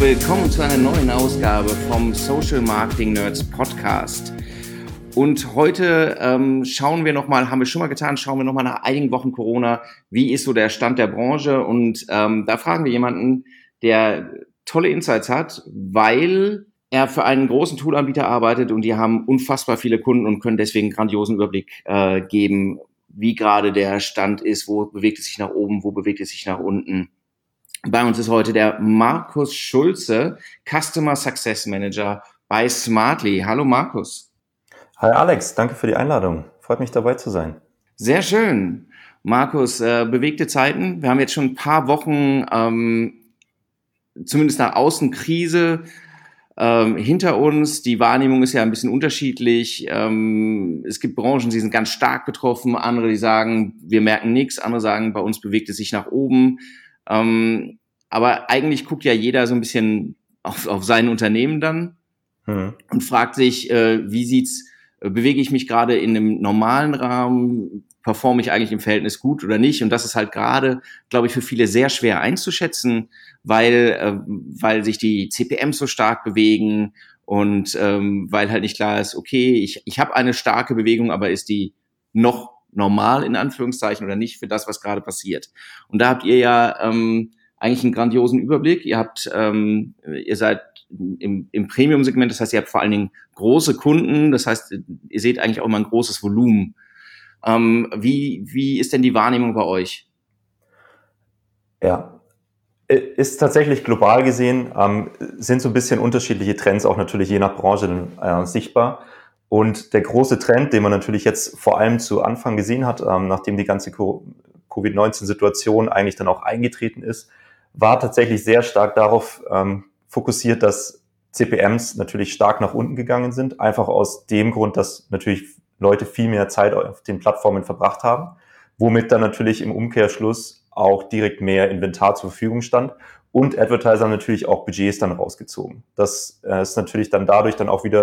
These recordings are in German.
willkommen zu einer neuen Ausgabe vom Social Marketing Nerds Podcast. Und heute schauen wir nochmal, haben wir schon mal getan, schauen wir nochmal nach einigen Wochen Corona, wie ist so der Stand der Branche? Und da fragen wir jemanden, der tolle Insights hat, weil er für einen großen Toolanbieter arbeitet und die haben unfassbar viele Kunden und können deswegen einen grandiosen Überblick geben, wie gerade der Stand ist, wo bewegt es sich nach oben, wo bewegt es sich nach unten. Bei uns ist heute der Markus Schulze, Customer Success Manager bei Smartly. Hallo Markus. Hi Alex, danke für die Einladung. Freut mich dabei zu sein. Sehr schön. Markus, bewegte Zeiten. Wir haben jetzt schon ein paar Wochen, zumindest nach außen Krise hinter uns. Die Wahrnehmung ist ja ein bisschen unterschiedlich. Es gibt Branchen, die sind ganz stark betroffen. Andere, die sagen, wir merken nichts. Andere sagen, bei uns bewegt es sich nach oben. Aber eigentlich guckt ja jeder so ein bisschen auf sein Unternehmen dann und fragt sich, bewege ich mich gerade in einem normalen Rahmen, performe ich eigentlich im Verhältnis gut oder nicht? Und das ist halt gerade, glaube ich, für viele sehr schwer einzuschätzen, weil sich die CPMs so stark bewegen und weil halt nicht klar ist, okay, ich habe eine starke Bewegung, aber ist die noch normal in Anführungszeichen oder nicht für das, was gerade passiert? Und da habt ihr ja eigentlich einen grandiosen Überblick. Ihr seid im Premium-Segment, das heißt, ihr habt vor allen Dingen große Kunden, das heißt, ihr seht eigentlich auch immer ein großes Volumen. Wie ist denn die Wahrnehmung bei euch? Ja, ist tatsächlich global gesehen, sind so ein bisschen unterschiedliche Trends auch natürlich je nach Branche sichtbar. Und der große Trend, den man natürlich jetzt vor allem zu Anfang gesehen hat, nachdem die ganze Covid-19-Situation eigentlich dann auch eingetreten ist, war tatsächlich sehr stark darauf fokussiert, dass CPMs natürlich stark nach unten gegangen sind, einfach aus dem Grund, dass natürlich Leute viel mehr Zeit auf den Plattformen verbracht haben, womit dann natürlich im Umkehrschluss auch direkt mehr Inventar zur Verfügung stand und Advertiser natürlich auch Budgets dann rausgezogen. Das ist natürlich dann dadurch,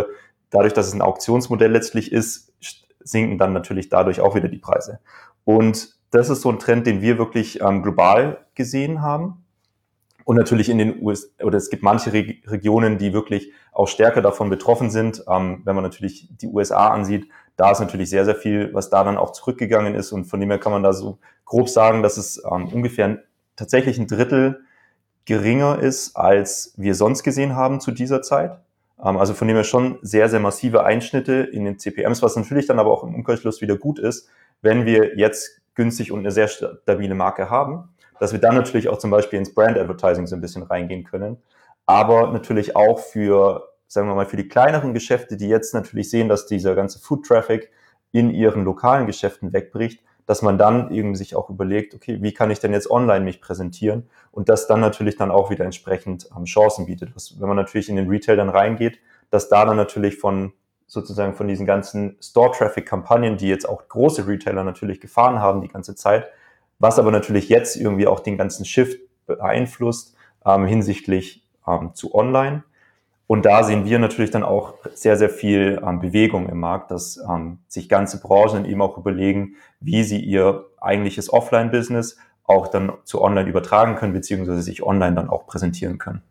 dass es ein Auktionsmodell letztlich ist, sinken dann natürlich dadurch auch wieder die Preise. Und das ist so ein Trend, den wir wirklich global gesehen haben. Und natürlich in den USA, oder es gibt manche Regionen, die wirklich auch stärker davon betroffen sind. Wenn man natürlich die USA ansieht, da ist natürlich sehr, sehr viel, was da dann auch zurückgegangen ist. Und von dem her kann man da so grob sagen, dass es ungefähr tatsächlich ein Drittel geringer ist, als wir sonst gesehen haben zu dieser Zeit. Also von dem her schon sehr, sehr massive Einschnitte in den CPMs, was natürlich dann aber auch im Umkehrschluss wieder gut ist, wenn wir jetzt günstig und eine sehr stabile Marke haben, dass wir dann natürlich auch zum Beispiel ins Brand Advertising so ein bisschen reingehen können. Aber natürlich auch für, sagen wir mal, für die kleineren Geschäfte, die jetzt natürlich sehen, dass dieser ganze Food Traffic in ihren lokalen Geschäften wegbricht, dass man dann irgendwie sich auch überlegt, okay, wie kann ich denn jetzt online mich präsentieren? Und das dann natürlich dann auch wieder entsprechend Chancen bietet. Wenn man natürlich in den Retail dann reingeht, dass da dann natürlich von diesen ganzen Store-Traffic-Kampagnen, die jetzt auch große Retailer natürlich gefahren haben die ganze Zeit, was aber natürlich jetzt irgendwie auch den ganzen Shift beeinflusst hinsichtlich zu Online. Und da sehen wir natürlich dann auch sehr, sehr viel Bewegung im Markt, dass sich ganze Branchen eben auch überlegen, wie sie ihr eigentliches Offline-Business auch dann zu Online übertragen können, beziehungsweise sich online dann auch präsentieren können.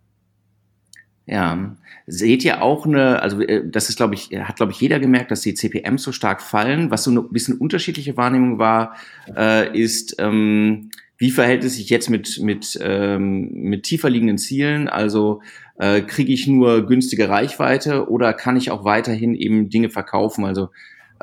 Ja, seht ihr auch das ist, hat, glaube ich, jeder gemerkt, dass die CPMs so stark fallen. Was so eine bisschen unterschiedliche Wahrnehmung war, ist, wie verhält es sich jetzt mit tiefer liegenden Zielen? Also kriege ich nur günstige Reichweite oder kann ich auch weiterhin eben Dinge verkaufen? Also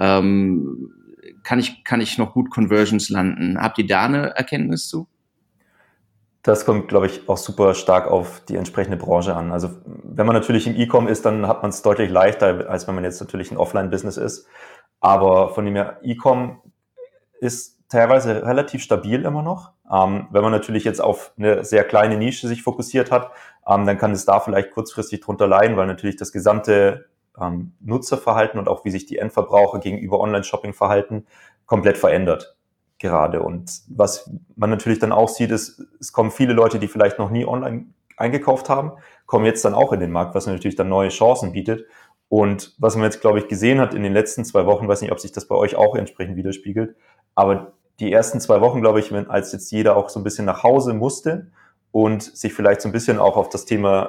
kann ich noch gut Conversions landen? Habt ihr da eine Erkenntnis zu? Das kommt, glaube ich, auch super stark auf die entsprechende Branche an. Also wenn man natürlich im E-Com ist, dann hat man es deutlich leichter, als wenn man jetzt natürlich ein Offline-Business ist. Aber von dem her, E-Com ist teilweise relativ stabil immer noch. Wenn man natürlich jetzt auf eine sehr kleine Nische sich fokussiert hat, dann kann es da vielleicht kurzfristig drunter leiden, weil natürlich das gesamte Nutzerverhalten und auch wie sich die Endverbraucher gegenüber Online-Shopping verhalten, komplett verändert gerade. Und was man natürlich dann auch sieht, ist, es kommen viele Leute, die vielleicht noch nie online eingekauft haben, kommen jetzt dann auch in den Markt, was natürlich dann neue Chancen bietet. Und was man jetzt, glaube ich, gesehen hat in den letzten 2 Wochen, weiß nicht, ob sich das bei euch auch entsprechend widerspiegelt, aber die ersten 2 Wochen, glaube ich, als jetzt jeder auch so ein bisschen nach Hause musste und sich vielleicht so ein bisschen auch auf das Thema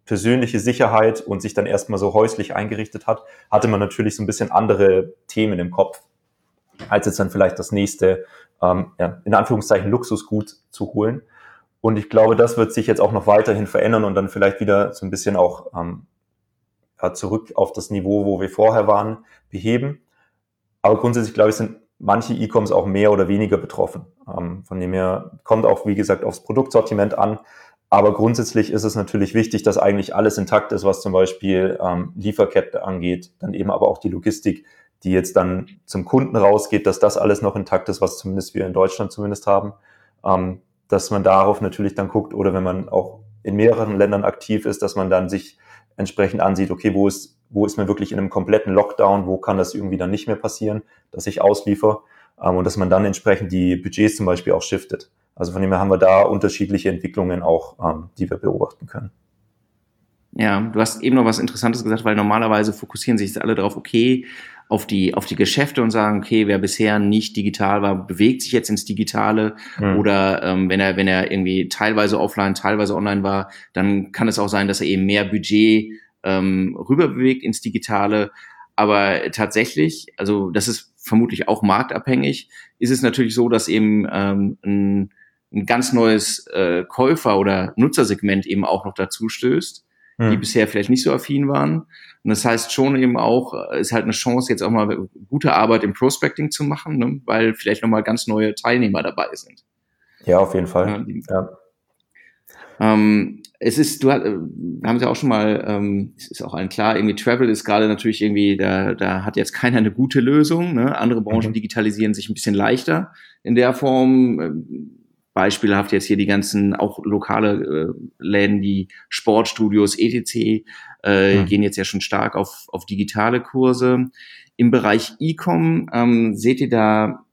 persönliche Sicherheit und sich dann erstmal so häuslich eingerichtet hat, hatte man natürlich so ein bisschen andere Themen im Kopf, als jetzt dann vielleicht das nächste, in Anführungszeichen Luxusgut zu holen. Und ich glaube, das wird sich jetzt auch noch weiterhin verändern und dann vielleicht wieder so ein bisschen auch zurück auf das Niveau, wo wir vorher waren, beheben. Aber grundsätzlich, glaube ich, sind manche E-Coms auch mehr oder weniger betroffen. Von dem her kommt auch, wie gesagt, aufs Produktsortiment an. Aber grundsätzlich ist es natürlich wichtig, dass eigentlich alles intakt ist, was zum Beispiel Lieferkette angeht, dann eben aber auch die Logistik, die jetzt dann zum Kunden rausgeht, dass das alles noch intakt ist, was zumindest wir in Deutschland zumindest haben, dass man darauf natürlich dann guckt oder wenn man auch in mehreren Ländern aktiv ist, dass man dann sich entsprechend ansieht, okay, wo ist man wirklich in einem kompletten Lockdown, wo kann das irgendwie dann nicht mehr passieren, dass ich ausliefer und dass man dann entsprechend die Budgets zum Beispiel auch shiftet. Also von dem her haben wir da unterschiedliche Entwicklungen auch, die wir beobachten können. Ja, du hast eben noch was Interessantes gesagt, weil normalerweise fokussieren sich jetzt alle darauf, okay, auf die Geschäfte und sagen, okay, wer bisher nicht digital war, bewegt sich jetzt ins Digitale oder wenn er irgendwie teilweise offline, teilweise online war, dann kann es auch sein, dass er eben mehr Budget rüber bewegt ins Digitale. Aber tatsächlich, also das ist vermutlich auch marktabhängig, ist es natürlich so, dass eben ein ganz neues Käufer- oder Nutzersegment eben auch noch dazu stößt, die bisher vielleicht nicht so affin waren. Und das heißt schon eben auch, ist halt eine Chance, jetzt auch mal gute Arbeit im Prospecting zu machen, ne? Weil vielleicht nochmal ganz neue Teilnehmer dabei sind. Ja, auf jeden Fall. Ja. Es ist, wir haben es ja auch schon mal, es ist auch allen klar, irgendwie Travel ist gerade natürlich irgendwie, da hat jetzt keiner eine gute Lösung, ne? Andere Branchen digitalisieren sich ein bisschen leichter in der Form. Beispielhaft jetzt hier die ganzen auch lokale Läden, die Sportstudios, etc. Gehen jetzt ja schon stark auf digitale Kurse. Im Bereich E-Com seht ihr da,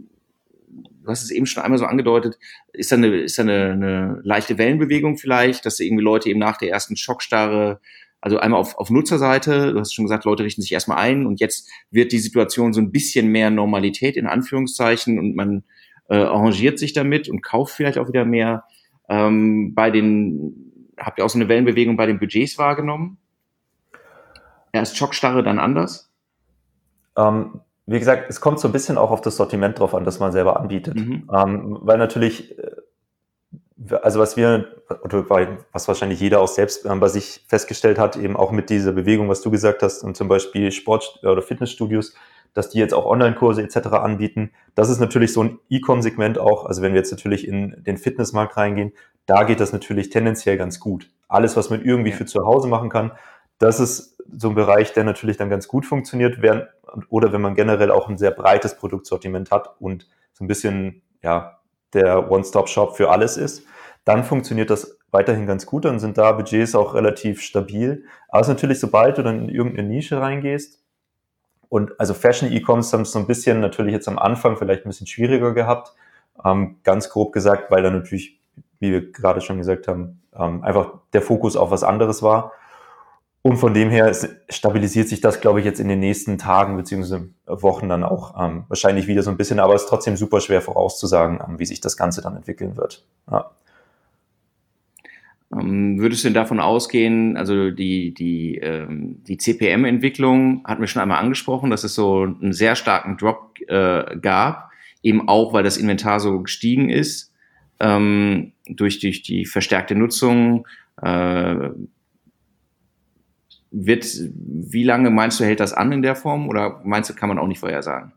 du hast es eben schon einmal so angedeutet, ist da eine leichte Wellenbewegung vielleicht, dass irgendwie Leute eben nach der ersten Schockstarre, also einmal auf Nutzerseite, du hast schon gesagt, Leute richten sich erstmal ein und jetzt wird die Situation so ein bisschen mehr Normalität in Anführungszeichen und man arrangiert sich damit und kauft vielleicht auch wieder mehr. Habt ihr auch so eine Wellenbewegung bei den Budgets wahrgenommen? Erst Schockstarre, dann anders? Wie gesagt, es kommt so ein bisschen auch auf das Sortiment drauf an, das man selber anbietet. Weil natürlich, also was wahrscheinlich jeder auch selbst bei sich festgestellt hat, eben auch mit dieser Bewegung, was du gesagt hast, und zum Beispiel Sport- oder Fitnessstudios, dass die jetzt auch Online-Kurse etc. anbieten. Das ist natürlich so ein E-Com-Segment auch. Also wenn wir jetzt natürlich in den Fitnessmarkt reingehen, da geht das natürlich tendenziell ganz gut. Alles, was man irgendwie für zu Hause machen kann, das ist so ein Bereich, der natürlich dann ganz gut funktioniert. Oder wenn man generell auch ein sehr breites Produktsortiment hat und so ein bisschen der One-Stop-Shop für alles ist, dann funktioniert das weiterhin ganz gut. Dann sind da Budgets auch relativ stabil. Aber es ist natürlich, sobald du dann in irgendeine Nische reingehst, und also Fashion-E-Coms haben es so ein bisschen natürlich jetzt am Anfang vielleicht ein bisschen schwieriger gehabt, ganz grob gesagt, weil da natürlich, wie wir gerade schon gesagt haben, einfach der Fokus auf was anderes war. Und von dem her stabilisiert sich das, glaube ich, jetzt in den nächsten Tagen bzw. Wochen dann auch wahrscheinlich wieder so ein bisschen, aber es ist trotzdem super schwer vorauszusagen, wie sich das Ganze dann entwickeln wird. Ja. Würdest du denn davon ausgehen, also die CPM-Entwicklung hatten wir schon einmal angesprochen, dass es so einen sehr starken Drop gab, eben auch, weil das Inventar so gestiegen ist, durch die verstärkte Nutzung. Wie lange meinst du, hält das an in der Form oder meinst du, kann man auch nicht vorhersagen?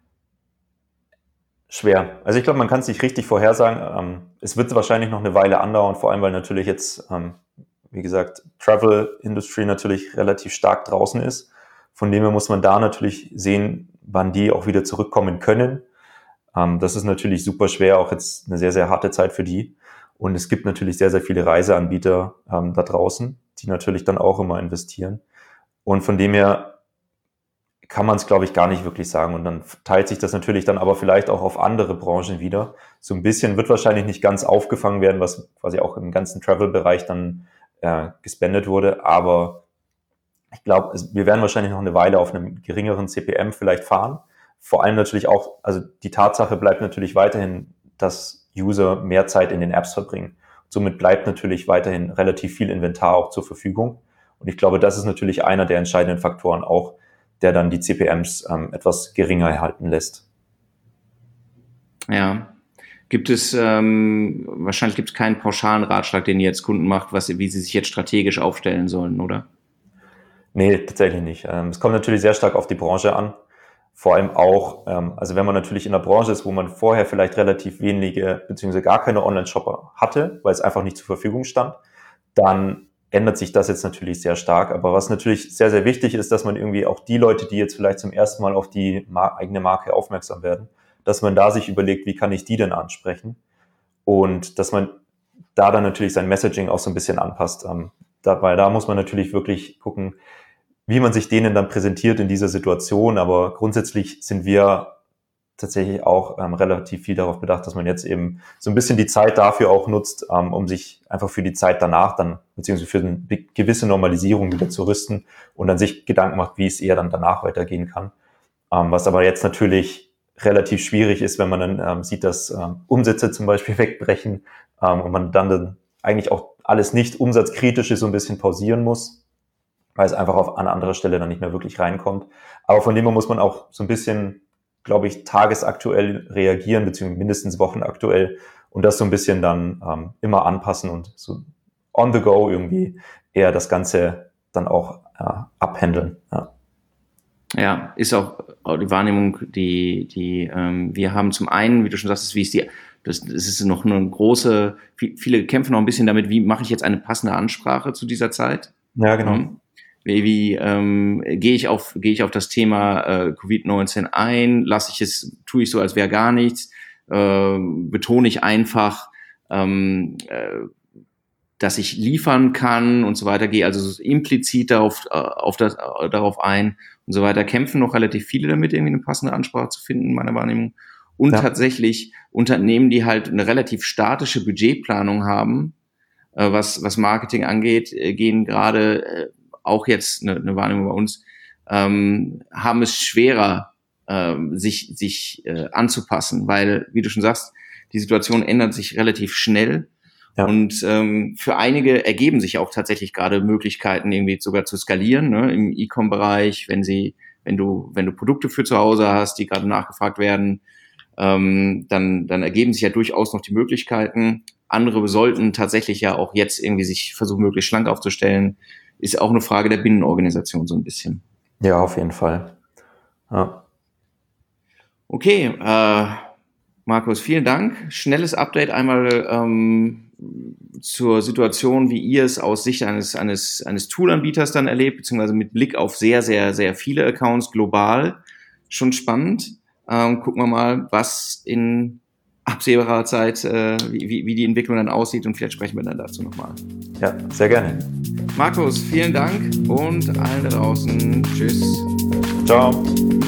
Schwer. Also ich glaube, man kann es nicht richtig vorhersagen. Es wird wahrscheinlich noch eine Weile andauern, vor allem weil natürlich jetzt, wie gesagt, Travel Industry natürlich relativ stark draußen ist. Von dem her muss man da natürlich sehen, wann die auch wieder zurückkommen können. Das ist natürlich super schwer, auch jetzt eine sehr, sehr harte Zeit für die. Und es gibt natürlich sehr, sehr viele Reiseanbieter da draußen, die natürlich dann auch immer investieren. Und von dem her kann man es, glaube ich, gar nicht wirklich sagen. Und dann teilt sich das natürlich dann aber vielleicht auch auf andere Branchen wieder. So ein bisschen wird wahrscheinlich nicht ganz aufgefangen werden, was quasi auch im ganzen Travel-Bereich dann gespendet wurde. Aber ich glaube, wir werden wahrscheinlich noch eine Weile auf einem geringeren CPM vielleicht fahren. Vor allem natürlich auch, also die Tatsache bleibt natürlich weiterhin, dass User mehr Zeit in den Apps verbringen. somit bleibt natürlich weiterhin relativ viel Inventar auch zur Verfügung. Und ich glaube, das ist natürlich einer der entscheidenden Faktoren auch, der dann die CPMs etwas geringer erhalten lässt. Ja. Wahrscheinlich gibt es keinen pauschalen Ratschlag, den ihr jetzt Kunden macht, wie sie sich jetzt strategisch aufstellen sollen, oder? Nee, tatsächlich nicht. Es kommt natürlich sehr stark auf die Branche an. Vor allem auch, also wenn man natürlich in einer Branche ist, wo man vorher vielleicht relativ wenige beziehungsweise gar keine Online-Shopper hatte, weil es einfach nicht zur Verfügung stand, dann ändert sich das jetzt natürlich sehr stark. Aber was natürlich sehr, sehr wichtig ist, dass man irgendwie auch die Leute, die jetzt vielleicht zum ersten Mal auf die eigene Marke aufmerksam werden, dass man da sich überlegt, wie kann ich die denn ansprechen? Und dass man da dann natürlich sein Messaging auch so ein bisschen anpasst. Weil da muss man natürlich wirklich gucken, wie man sich denen dann präsentiert in dieser Situation. Aber grundsätzlich sind wir tatsächlich auch relativ viel darauf bedacht, dass man jetzt eben so ein bisschen die Zeit dafür auch nutzt, um sich einfach für die Zeit danach dann, beziehungsweise für eine gewisse Normalisierung wieder zu rüsten und dann sich Gedanken macht, wie es eher dann danach weitergehen kann. Was aber jetzt natürlich relativ schwierig ist, wenn man dann sieht, dass Umsätze zum Beispiel wegbrechen und man dann eigentlich auch alles nicht umsatzkritische so ein bisschen pausieren muss, weil es einfach an anderer Stelle dann nicht mehr wirklich reinkommt. Aber von dem her muss man auch so ein bisschen, glaube ich, tagesaktuell reagieren, beziehungsweise mindestens wochenaktuell und das so ein bisschen dann immer anpassen und so on the go irgendwie eher das Ganze dann auch abhandeln. Ja, ist auch die Wahrnehmung, die wir haben. Zum einen, wie du schon sagst, das ist noch eine große, viele kämpfen noch ein bisschen damit, wie mache ich jetzt eine passende Ansprache zu dieser Zeit? Ja, genau. Wie gehe ich auf das Thema Covid-19 ein? Tue ich so, als wäre gar nichts? Betone ich einfach, dass ich liefern kann und so weiter, gehe also so implizit darauf ein und so weiter. Kämpfen noch relativ viele damit, irgendwie eine passende Ansprache zu finden, in meiner Wahrnehmung. Und tatsächlich Unternehmen, die halt eine relativ statische Budgetplanung haben, was Marketing angeht, gehen gerade auch jetzt eine Wahrnehmung bei uns, haben es schwerer, sich anzupassen, weil, wie du schon sagst, die Situation ändert sich relativ schnell. Ja. Und für einige ergeben sich auch tatsächlich gerade Möglichkeiten, irgendwie sogar zu skalieren, ne? Im E-Com-Bereich, wenn du Produkte für zu Hause hast, die gerade nachgefragt werden, dann ergeben sich ja durchaus noch die Möglichkeiten. Andere sollten tatsächlich ja auch jetzt irgendwie sich versuchen, möglichst schlank aufzustellen. Ist auch eine Frage der Binnenorganisation so ein bisschen. Ja, auf jeden Fall. Ja. Okay, Markus, vielen Dank. Schnelles Update einmal zur Situation, wie ihr es aus Sicht eines Tool-Anbieters dann erlebt, beziehungsweise mit Blick auf sehr, sehr, sehr viele Accounts global. Schon spannend. Gucken wir mal, was in absehbarer Zeit, wie die Entwicklung dann aussieht und vielleicht sprechen wir dann dazu nochmal. Ja, sehr gerne. Markus, vielen Dank und allen da draußen. Tschüss. Ciao.